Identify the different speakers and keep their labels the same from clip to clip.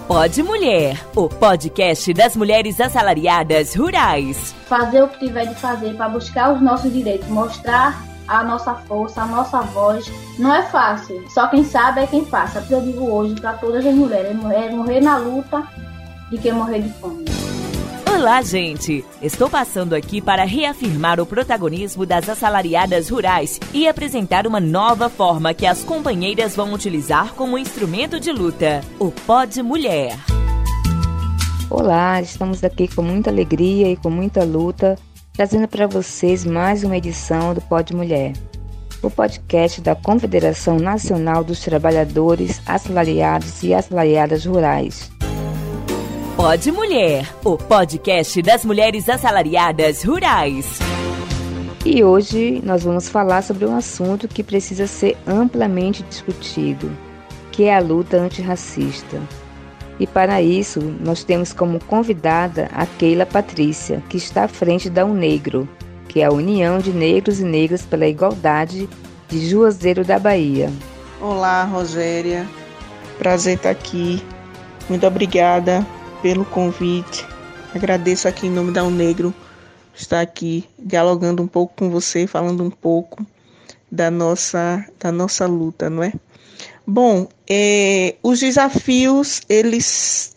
Speaker 1: Pode Mulher, o podcast das mulheres assalariadas rurais.
Speaker 2: Fazer o que tiver de fazer para buscar os nossos direitos, mostrar a nossa força, a nossa voz. Não é fácil, só quem sabe é quem passa. Eu digo hoje para todas as mulheres, é morrer na luta de quem morrer de fome.
Speaker 1: Olá, gente! Estou passando aqui para reafirmar o protagonismo das assalariadas rurais e apresentar uma nova forma que as companheiras vão utilizar como instrumento de luta, o Pode Mulher.
Speaker 3: Olá, estamos aqui com muita alegria e com muita luta, trazendo para vocês mais uma edição do Pode Mulher, o podcast da Confederação Nacional dos Trabalhadores Assalariados e Assalariadas Rurais.
Speaker 1: Pode Mulher, o podcast das mulheres assalariadas rurais.
Speaker 3: E hoje nós vamos falar sobre um assunto que precisa ser amplamente discutido, que é a luta antirracista. E para isso, nós temos como convidada a Keila Patrícia, que está à frente da UNEGRO, que é a União de Negros e Negras pela Igualdade de Juazeiro da Bahia.
Speaker 4: Olá, Roséria. Prazer estar aqui. Muito obrigada pelo convite. Agradeço aqui em nome da UNEGRO estar aqui dialogando um pouco com você, falando um pouco da nossa luta, não é? Bom, os desafios, eles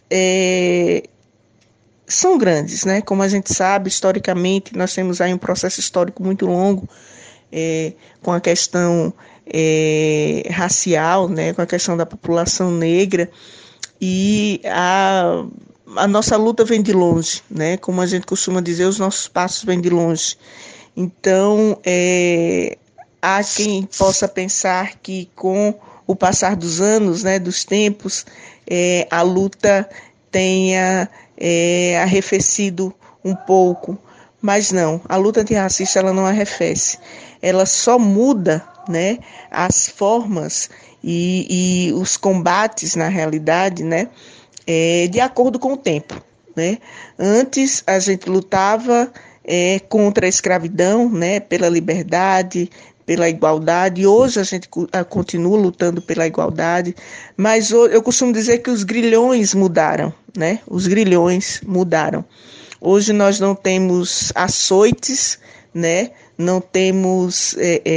Speaker 4: são grandes, né? Como a gente sabe, historicamente, nós temos aí um processo histórico muito longo com a questão racial, né? Com a questão da população negra, e a nossa luta vem de longe, né? Como a gente costuma dizer, os nossos passos vêm de longe. Então, há quem possa pensar que com o passar dos anos, né, dos tempos, a luta tenha arrefecido um pouco, mas não, a luta antirracista ela não arrefece, ela só muda, né, as formas e os combates na realidade, né, de acordo com o tempo, né? Antes a gente lutava contra a escravidão, né, pela liberdade, pela igualdade. Hoje a gente continua lutando pela igualdade, mas eu costumo dizer que os grilhões mudaram, né? Os grilhões mudaram. Hoje nós não temos açoites, né? Não temos,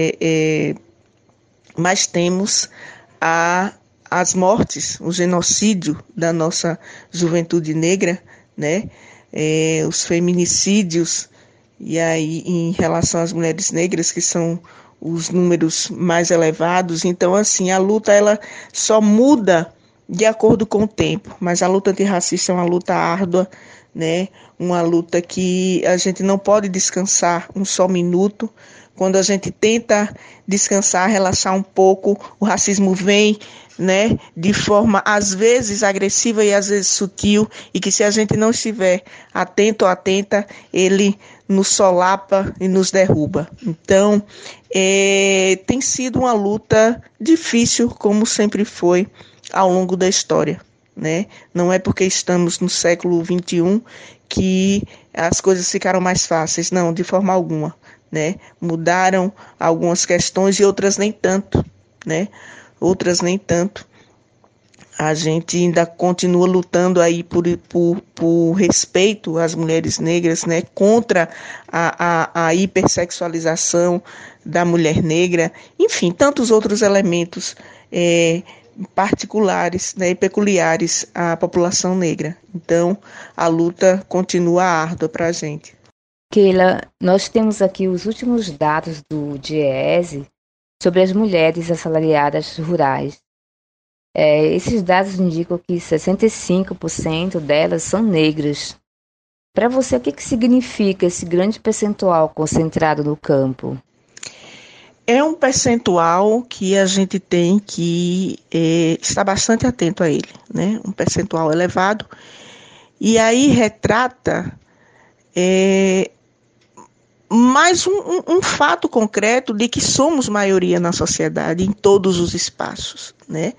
Speaker 4: mas temos as mortes, o genocídio da nossa juventude negra, né? Os feminicídios, e aí em relação às mulheres negras, que são os números mais elevados. Então, assim, a luta ela só muda de acordo com o tempo, mas a luta antirracista é uma luta árdua, né? Uma luta que a gente não pode descansar um só minuto. Quando a gente tenta descansar, relaxar um pouco, o racismo vem, né, de forma às vezes agressiva e às vezes sutil, e que se a gente não estiver atento ou atenta, ele nos solapa e nos derruba. Então, tem sido uma luta difícil, como sempre foi ao longo da história, né? Não é porque estamos no século XXI que as coisas ficaram mais fáceis, não, de forma alguma, né? Mudaram algumas questões e outras nem tanto, né? Outras nem tanto. A gente ainda continua lutando aí por respeito às mulheres negras, né? Contra a hipersexualização da mulher negra, enfim, tantos outros elementos particulares, né, e peculiares à população negra. Então, a luta continua árdua para a gente.
Speaker 3: Keila, nós temos aqui os últimos dados do DIEESE sobre as mulheres assalariadas rurais. Esses dados indicam que 65% delas são negras. Para você, o que significa esse grande percentual concentrado no campo?
Speaker 4: É um percentual que a gente tem que estar bastante atento a ele, né? Um percentual elevado. E aí retrata mais um fato concreto de que somos maioria na sociedade, em todos os espaços, né?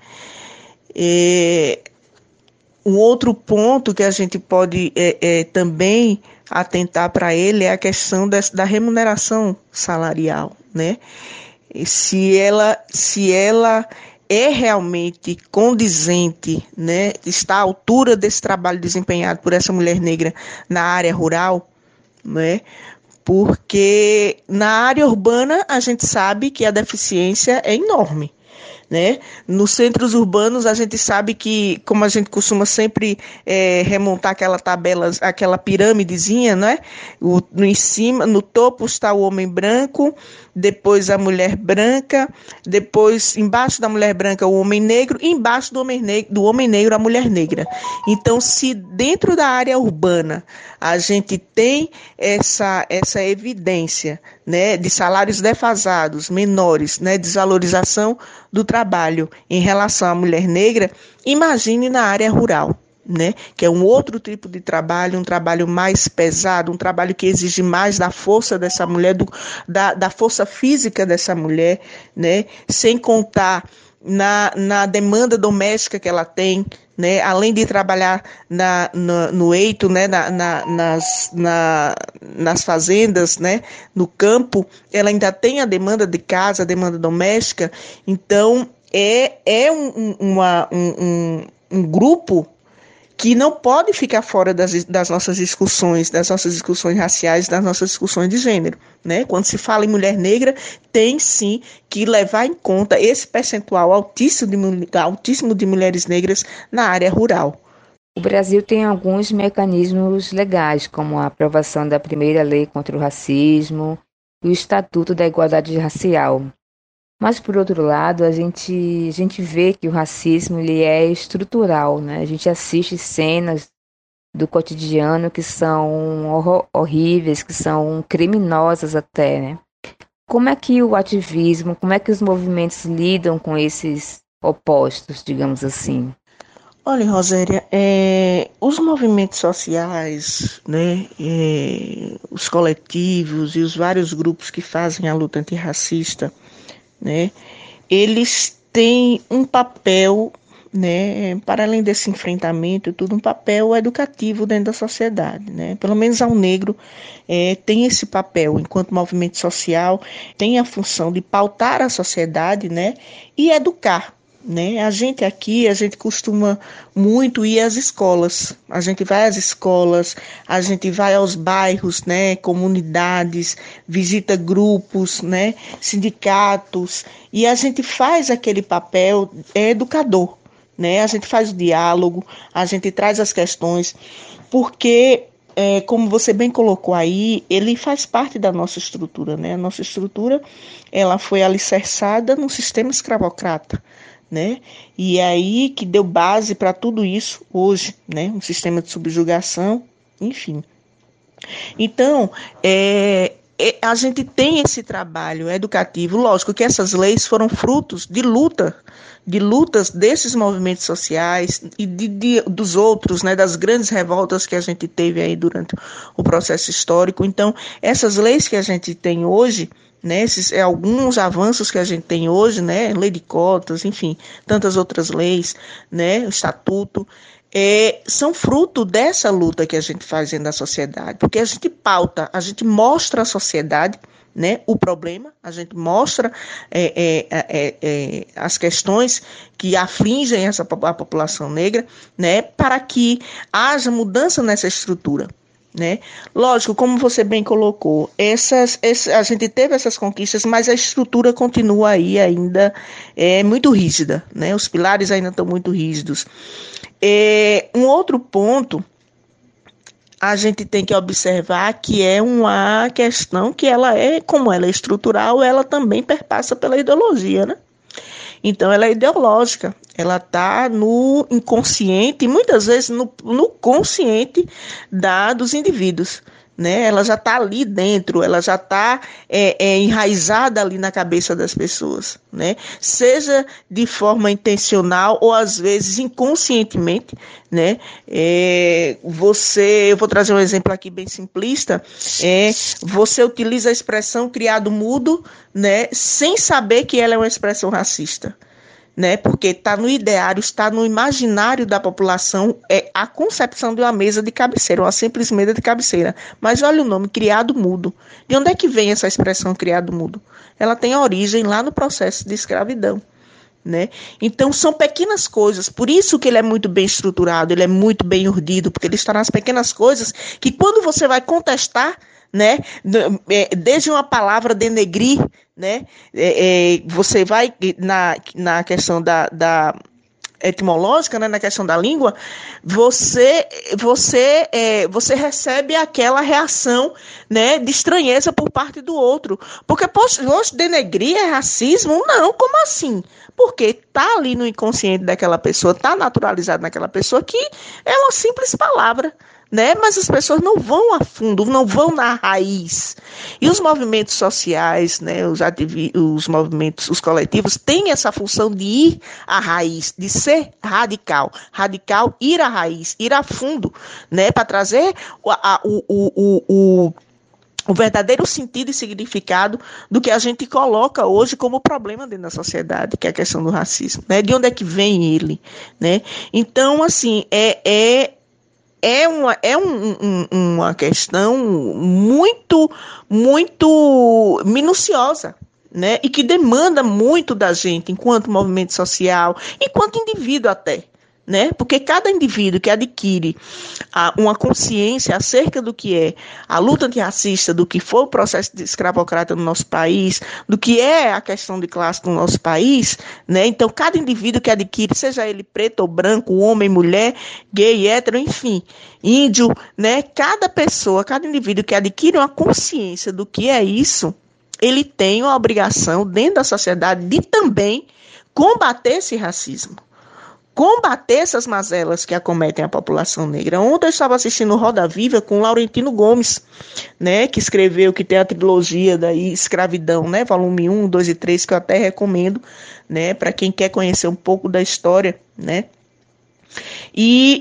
Speaker 4: Um outro ponto que a gente pode também atentar para ele é a questão da remuneração salarial, né? Se ela é realmente condizente, né, está à altura desse trabalho desempenhado por essa mulher negra na área rural, né? Porque na área urbana a gente sabe que a deficiência é enorme, né? Nos centros urbanos a gente sabe que, como a gente costuma sempre remontar aquela tabela, aquela pirâmidezinha, né? Em cima, no topo está o homem branco, depois a mulher branca, depois embaixo da mulher branca o homem negro e embaixo do homem negro a mulher negra. Então, se dentro da área urbana a gente tem essa evidência, né, de salários defasados, menores, né, desvalorização do trabalho em relação à mulher negra, imagine na área rural, né, que é um outro tipo de trabalho, um trabalho mais pesado, um trabalho que exige mais da força dessa mulher, da força física dessa mulher, né, sem contar na demanda doméstica que ela tem, né, além de trabalhar no eito, né, nas fazendas, né, no campo, ela ainda tem a demanda de casa, a demanda doméstica. Então, é um grupo que não pode ficar fora das nossas discussões raciais, das nossas discussões de gênero, né? Quando se fala em mulher negra, tem sim que levar em conta esse percentual altíssimo de mulheres negras na área rural.
Speaker 3: O Brasil tem alguns mecanismos legais, como a aprovação da primeira lei contra o racismo e o Estatuto da Igualdade Racial. Mas, por outro lado, a gente vê que o racismo ele é estrutural, né? A gente assiste cenas do cotidiano que são horríveis, que são criminosas até, né? Como é que o ativismo, como é que os movimentos lidam com esses opostos, digamos assim?
Speaker 4: Olha, Rosélia, os movimentos sociais, né, os coletivos e os vários grupos que fazem a luta antirracista, né, eles têm um papel, né, para além desse enfrentamento, um papel educativo dentro da sociedade, né? Pelo menos ao negro tem esse papel, enquanto movimento social, tem a função de pautar a sociedade, né, e educar. Né? A gente costuma muito ir às escolas, a gente vai às escolas, a gente vai aos bairros, né, comunidades, visita grupos, né, sindicatos, e a gente faz aquele papel educador, né? A gente faz o diálogo, a gente traz as questões, porque como você bem colocou aí, ele faz parte da nossa estrutura, né? A nossa estrutura, ela foi alicerçada no sistema escravocrata, né? E aí que deu base para tudo isso hoje, né? Um sistema de subjugação, enfim. Então, a gente tem esse trabalho educativo. Lógico que essas leis foram frutos de lutas desses movimentos sociais e dos outros, né, das grandes revoltas que a gente teve aí durante o processo histórico. Então, essas leis que a gente tem hoje, né, alguns avanços que a gente tem hoje, né, lei de cotas, enfim, tantas outras leis, né, o estatuto, são fruto dessa luta que a gente faz dentro da sociedade, porque a gente pauta, a gente mostra à sociedade, né, o problema, a gente mostra as questões que afligem a população negra, né, para que haja mudança nessa estrutura. Né? Lógico, como você bem colocou, a gente teve essas conquistas, mas a estrutura continua aí ainda muito rígida, né? Os pilares ainda estão muito rígidos. Um outro ponto a gente tem que observar que é uma questão que como ela é estrutural, ela também perpassa pela ideologia, né? Então, ela é ideológica, ela está no inconsciente e muitas vezes no consciente dos indivíduos, né? Ela já está ali dentro, ela já está enraizada ali na cabeça das pessoas, né? Seja de forma intencional ou às vezes inconscientemente, né? Eu vou trazer um exemplo aqui bem simplista, você utiliza a expressão criado mudo, né, sem saber que ela é uma expressão racista. Né, porque está no ideário, está no imaginário da população a concepção de uma mesa de cabeceira, uma simples mesa de cabeceira. Mas olha o nome, criado mudo. De onde é que vem essa expressão criado mudo? Ela tem origem lá no processo de escravidão. né? Então são pequenas coisas, por isso que ele é muito bem estruturado, ele é muito bem urdido, porque ele está nas pequenas coisas que quando você vai contestar, né, desde uma palavra denegrir, né, você vai na questão da etimológica, né, na questão da língua, você recebe aquela reação, né, de estranheza por parte do outro. Porque, poxa, denegrir é racismo? Não, como assim? Porque está ali no inconsciente daquela pessoa, está naturalizado naquela pessoa que é uma simples palavra, né? Mas as pessoas não vão a fundo, não vão na raiz. E os movimentos sociais, né, os movimentos, os coletivos, têm essa função de ir à raiz, de ser radical. Radical, ir à raiz, ir a fundo, né, para trazer o verdadeiro sentido e significado do que a gente coloca hoje como problema dentro da sociedade, que é a questão do racismo, né? De onde é que vem ele, né? Então, assim, é uma questão muito, muito minuciosa, né? E que demanda muito da gente, enquanto movimento social, enquanto indivíduo até, né? Porque cada indivíduo que adquire uma consciência acerca do que é a luta antirracista, do que foi o processo de escravocrata no nosso país, do que é a questão de classe no nosso país, né? Então, cada indivíduo que adquire, seja ele preto ou branco, homem, mulher, gay, hétero, enfim, índio, né? Cada pessoa, cada indivíduo que adquire uma consciência do que é isso, ele tem uma obrigação dentro da sociedade de também combater esse racismo. Combater essas mazelas que acometem a população negra. Ontem eu estava assistindo Roda Viva com Laurentino Gomes, né, que escreveu, que tem a trilogia daí, Escravidão, né, volume 1, 2 e 3, que eu até recomendo, né, para quem quer conhecer um pouco da história, né. E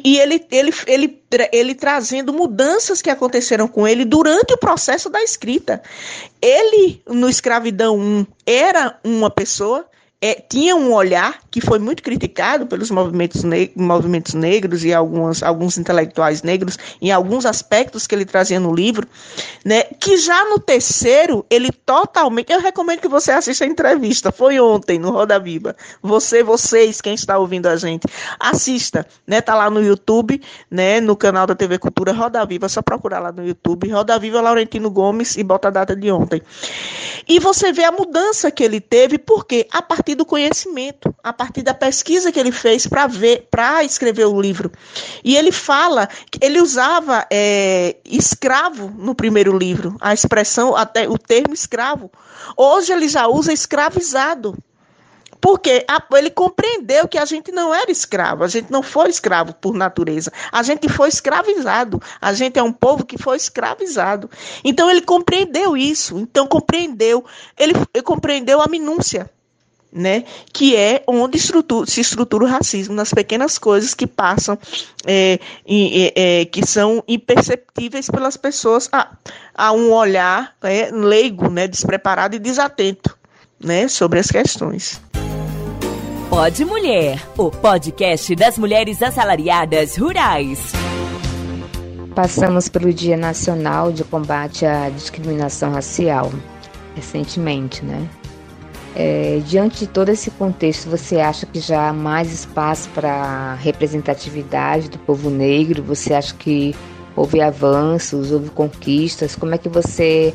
Speaker 4: ele trazendo mudanças que aconteceram com ele durante o processo da escrita. Ele, no Escravidão 1, era uma pessoa, tinha um olhar que foi muito criticado pelos movimentos negros e alguns intelectuais negros, em alguns aspectos que ele trazia no livro, né, que já no terceiro, ele totalmente... Eu recomendo que você assista a entrevista, foi ontem, no Roda Viva. Vocês, quem está ouvindo a gente, assista, né, tá lá no YouTube, né, no canal da TV Cultura, Roda Viva, só procurar lá no YouTube, Roda Viva Laurentino Gomes e bota a data de ontem. E você vê a mudança que ele teve, porque a partir do conhecimento, a partir da pesquisa que ele fez para escrever o livro. E ele fala que ele usava escravo no primeiro livro, a expressão, até o termo escravo. Hoje ele já usa escravizado. Porque ele compreendeu que a gente não era escravo, a gente não foi escravo por natureza, a gente foi escravizado, a gente é um povo que foi escravizado. Então ele compreendeu isso, ele compreendeu a minúcia, né, que é onde se estrutura o racismo, nas pequenas coisas que passam, que são imperceptíveis pelas pessoas a um olhar leigo, né, despreparado e desatento, né, sobre as questões.
Speaker 1: Pode Mulher, o podcast das mulheres assalariadas rurais.
Speaker 3: Passamos pelo Dia Nacional de Combate à Discriminação Racial, recentemente, né? Diante de todo esse contexto, você acha que já há mais espaço para representatividade do povo negro? Você acha que houve avanços, houve conquistas? Como é que você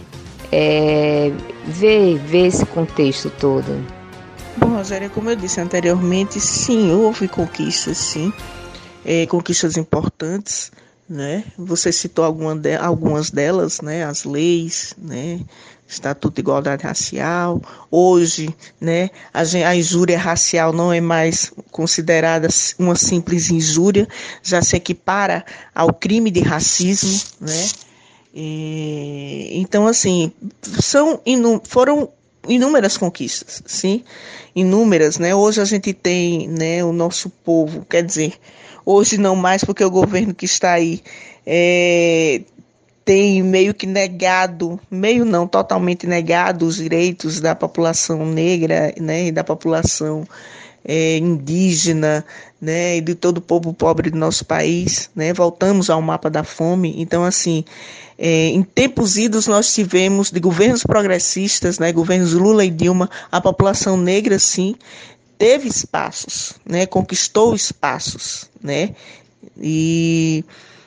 Speaker 3: vê esse contexto todo?
Speaker 4: Bom, Rosélia, como eu disse anteriormente, sim, houve conquistas, sim, conquistas importantes, né? Você citou algumas delas, né? As leis, né? Estatuto de Igualdade Racial. Hoje, né, a injúria racial não é mais considerada uma simples injúria, já se equipara ao crime de racismo, né? Então, assim, foram inúmeras conquistas, sim, inúmeras, né? Hoje a gente tem, né, o nosso povo, quer dizer, hoje não mais porque o governo que está aí tem meio que negado, totalmente negado os direitos da população negra, né, e da população indígena, né, e de todo o povo pobre do nosso país, né? Voltamos ao mapa da fome. Então, assim, em tempos idos nós tivemos de governos progressistas, né, governos Lula e Dilma, a população negra, sim, teve espaços, né? Conquistou espaços, né? E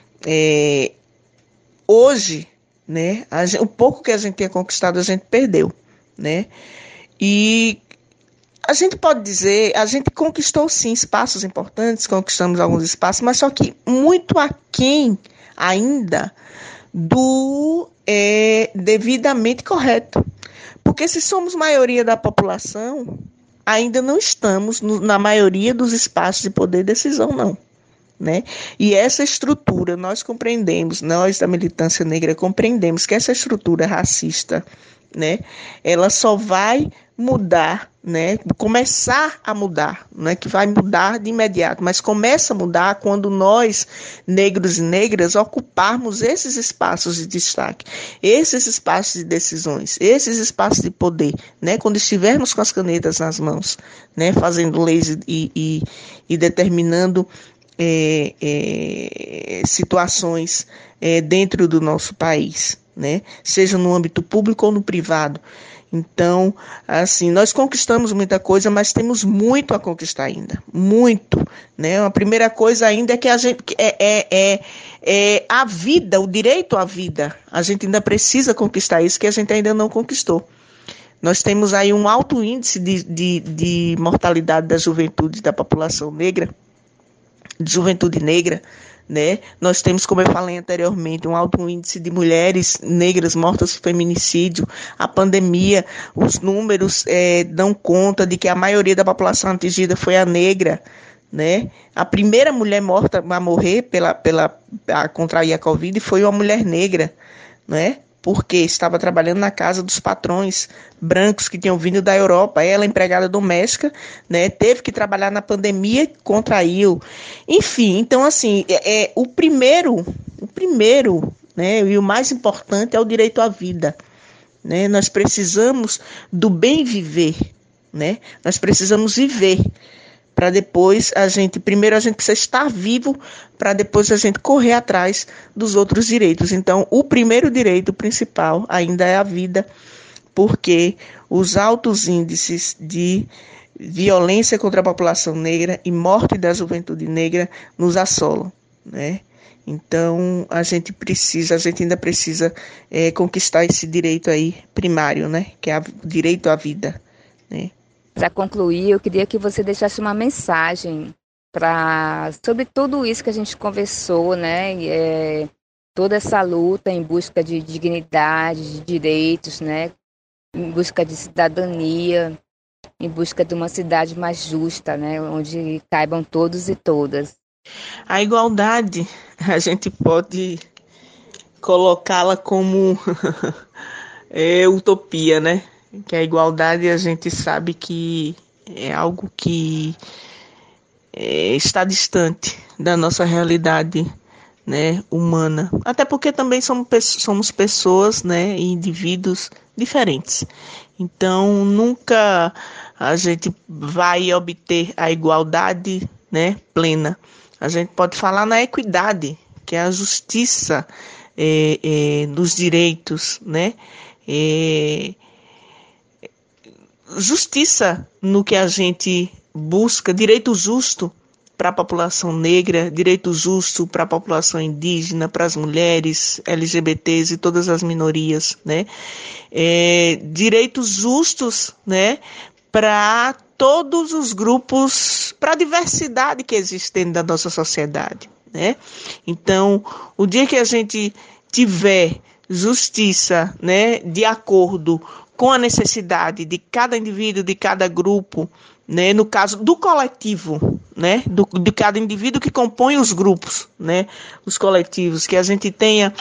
Speaker 4: hoje, né? O pouco que a gente tinha conquistado, a gente perdeu, né? E a gente pode dizer, a gente conquistou sim espaços importantes, conquistamos alguns espaços, mas só que muito aquém ainda do devidamente correto. Porque se somos maioria da população, ainda não estamos na maioria dos espaços de poder e decisão, não. Né? E essa estrutura, nós compreendemos, nós da militância negra compreendemos que essa estrutura racista, né, ela só vai mudar, né, começar a mudar, não é que vai mudar de imediato, mas começa a mudar quando nós, negros e negras, ocuparmos esses espaços de destaque, esses espaços de decisões, esses espaços de poder, né, quando estivermos com as canetas nas mãos, né, fazendo leis e determinando situações dentro do nosso país, né? Seja no âmbito público ou no privado. Então, assim, nós conquistamos muita coisa, mas temos muito a conquistar ainda, muito, né? A primeira coisa ainda é que a gente a vida, o direito à vida, a gente ainda precisa conquistar isso que a gente ainda não conquistou. Nós temos aí um alto índice de mortalidade da juventude da população negra, de juventude negra, né? Nós temos, como eu falei anteriormente, um alto índice de mulheres negras mortas por feminicídio. A pandemia, os números dão conta de que a maioria da população atingida foi a negra, né? A primeira mulher morta a morrer a contrair a Covid foi uma mulher negra, né? Porque estava trabalhando na casa dos patrões brancos que tinham vindo da Europa. Ela, empregada doméstica, né, teve que trabalhar na pandemia e contraiu. Enfim, então, assim, o primeiro, né, e o mais importante é o direito à vida. Né? Nós precisamos do bem viver, né? Nós precisamos viver. Para depois primeiro a gente precisa estar vivo, para depois a gente correr atrás dos outros direitos. Então, o primeiro direito principal ainda é a vida, porque os altos índices de violência contra a população negra e morte da juventude negra nos assolam, né? Então, a gente ainda precisa conquistar esse direito aí primário, né? Que é o direito à vida, né?
Speaker 3: Para concluir, eu queria que você deixasse uma mensagem sobre tudo isso que a gente conversou, né? Toda essa luta em busca de dignidade, de direitos, né? Em busca de cidadania, em busca de uma cidade mais justa, né? Onde caibam todos e todas.
Speaker 4: A igualdade, a gente pode colocá-la como utopia, né? Que a igualdade a gente sabe que é algo que está distante da nossa realidade, né, humana. Até porque também somos pessoas, né, e indivíduos diferentes. Então, nunca a gente vai obter a igualdade, né, plena. A gente pode falar na equidade, que é a justiça dos direitos, né, justiça no que a gente busca, direito justo para a população negra, direito justo para a população indígena, para as mulheres, LGBTs e todas as minorias, né? Direitos justos, né, para todos os grupos, para a diversidade que existe dentro da nossa sociedade, né? Então, o dia que a gente tiver justiça, né, de acordo com a necessidade de cada indivíduo, de cada grupo, né, no caso do coletivo, né, de cada indivíduo que compõe os grupos, né, os coletivos, que a gente tenha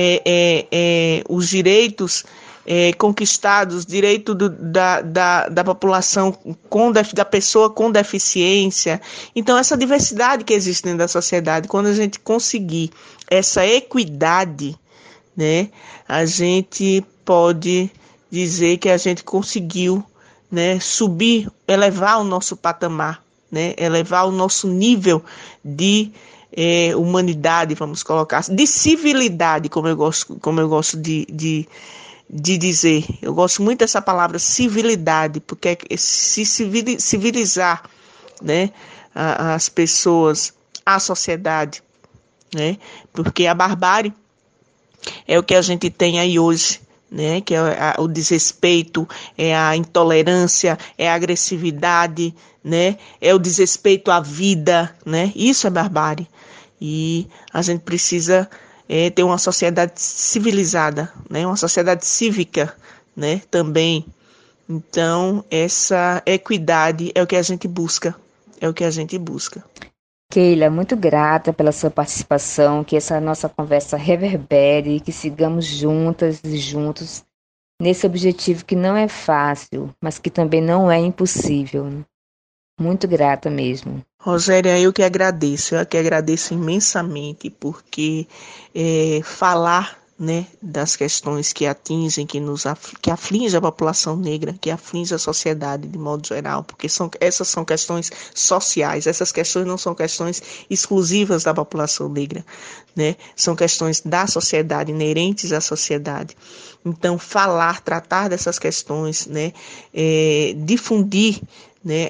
Speaker 4: os direitos conquistados, direito da população, da pessoa com deficiência. Então, essa diversidade que existe dentro da sociedade, quando a gente conseguir essa equidade, né, a gente pode dizer que a gente conseguiu, né, subir, elevar o nosso patamar, né, elevar o nosso nível de humanidade, vamos colocar, de civilidade, como eu gosto de de dizer. Eu gosto muito dessa palavra civilidade, porque é se civilizar, né, as pessoas, a sociedade, né, porque a barbárie é o que a gente tem aí hoje, né, que é o desrespeito, é a intolerância, é a agressividade, né, é o desrespeito à vida, né, isso é barbárie. E a gente precisa ter uma sociedade civilizada, né, uma sociedade cívica, né, também. Então, essa equidade é o que a gente busca,
Speaker 3: Keila, muito grata pela sua participação, que essa nossa conversa reverbere, que sigamos juntas e juntos nesse objetivo que não é fácil, mas que também não é impossível. Muito grata mesmo.
Speaker 4: Rogéria, eu que agradeço imensamente, porque falar, né, das questões que atingem, que afligem a população negra, que afligem a sociedade de modo geral, porque essas são questões sociais, essas questões não são questões exclusivas da população negra, né, são questões da sociedade, inerentes à sociedade. Então, tratar dessas questões, né, difundir, né,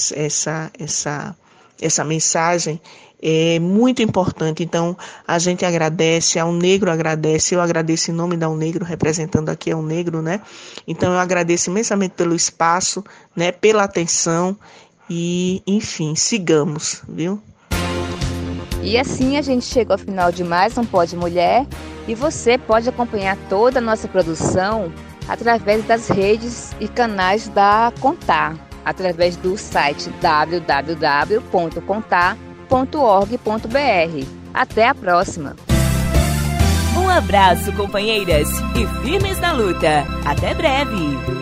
Speaker 4: essa mensagem é muito importante. Então, a gente agradece, a UNegro agradece, eu agradeço em nome da UNegro, representando aqui a UNegro, né? Então, eu agradeço imensamente pelo espaço, né, pela atenção e, enfim, sigamos, viu?
Speaker 3: E assim a gente chegou ao final de mais um Pod Mulher, e você pode acompanhar toda a nossa produção através das redes e canais da Contar, através do site www.contar.org.br. Até a próxima!
Speaker 1: Um abraço, companheiras, e firmes na luta. Até breve!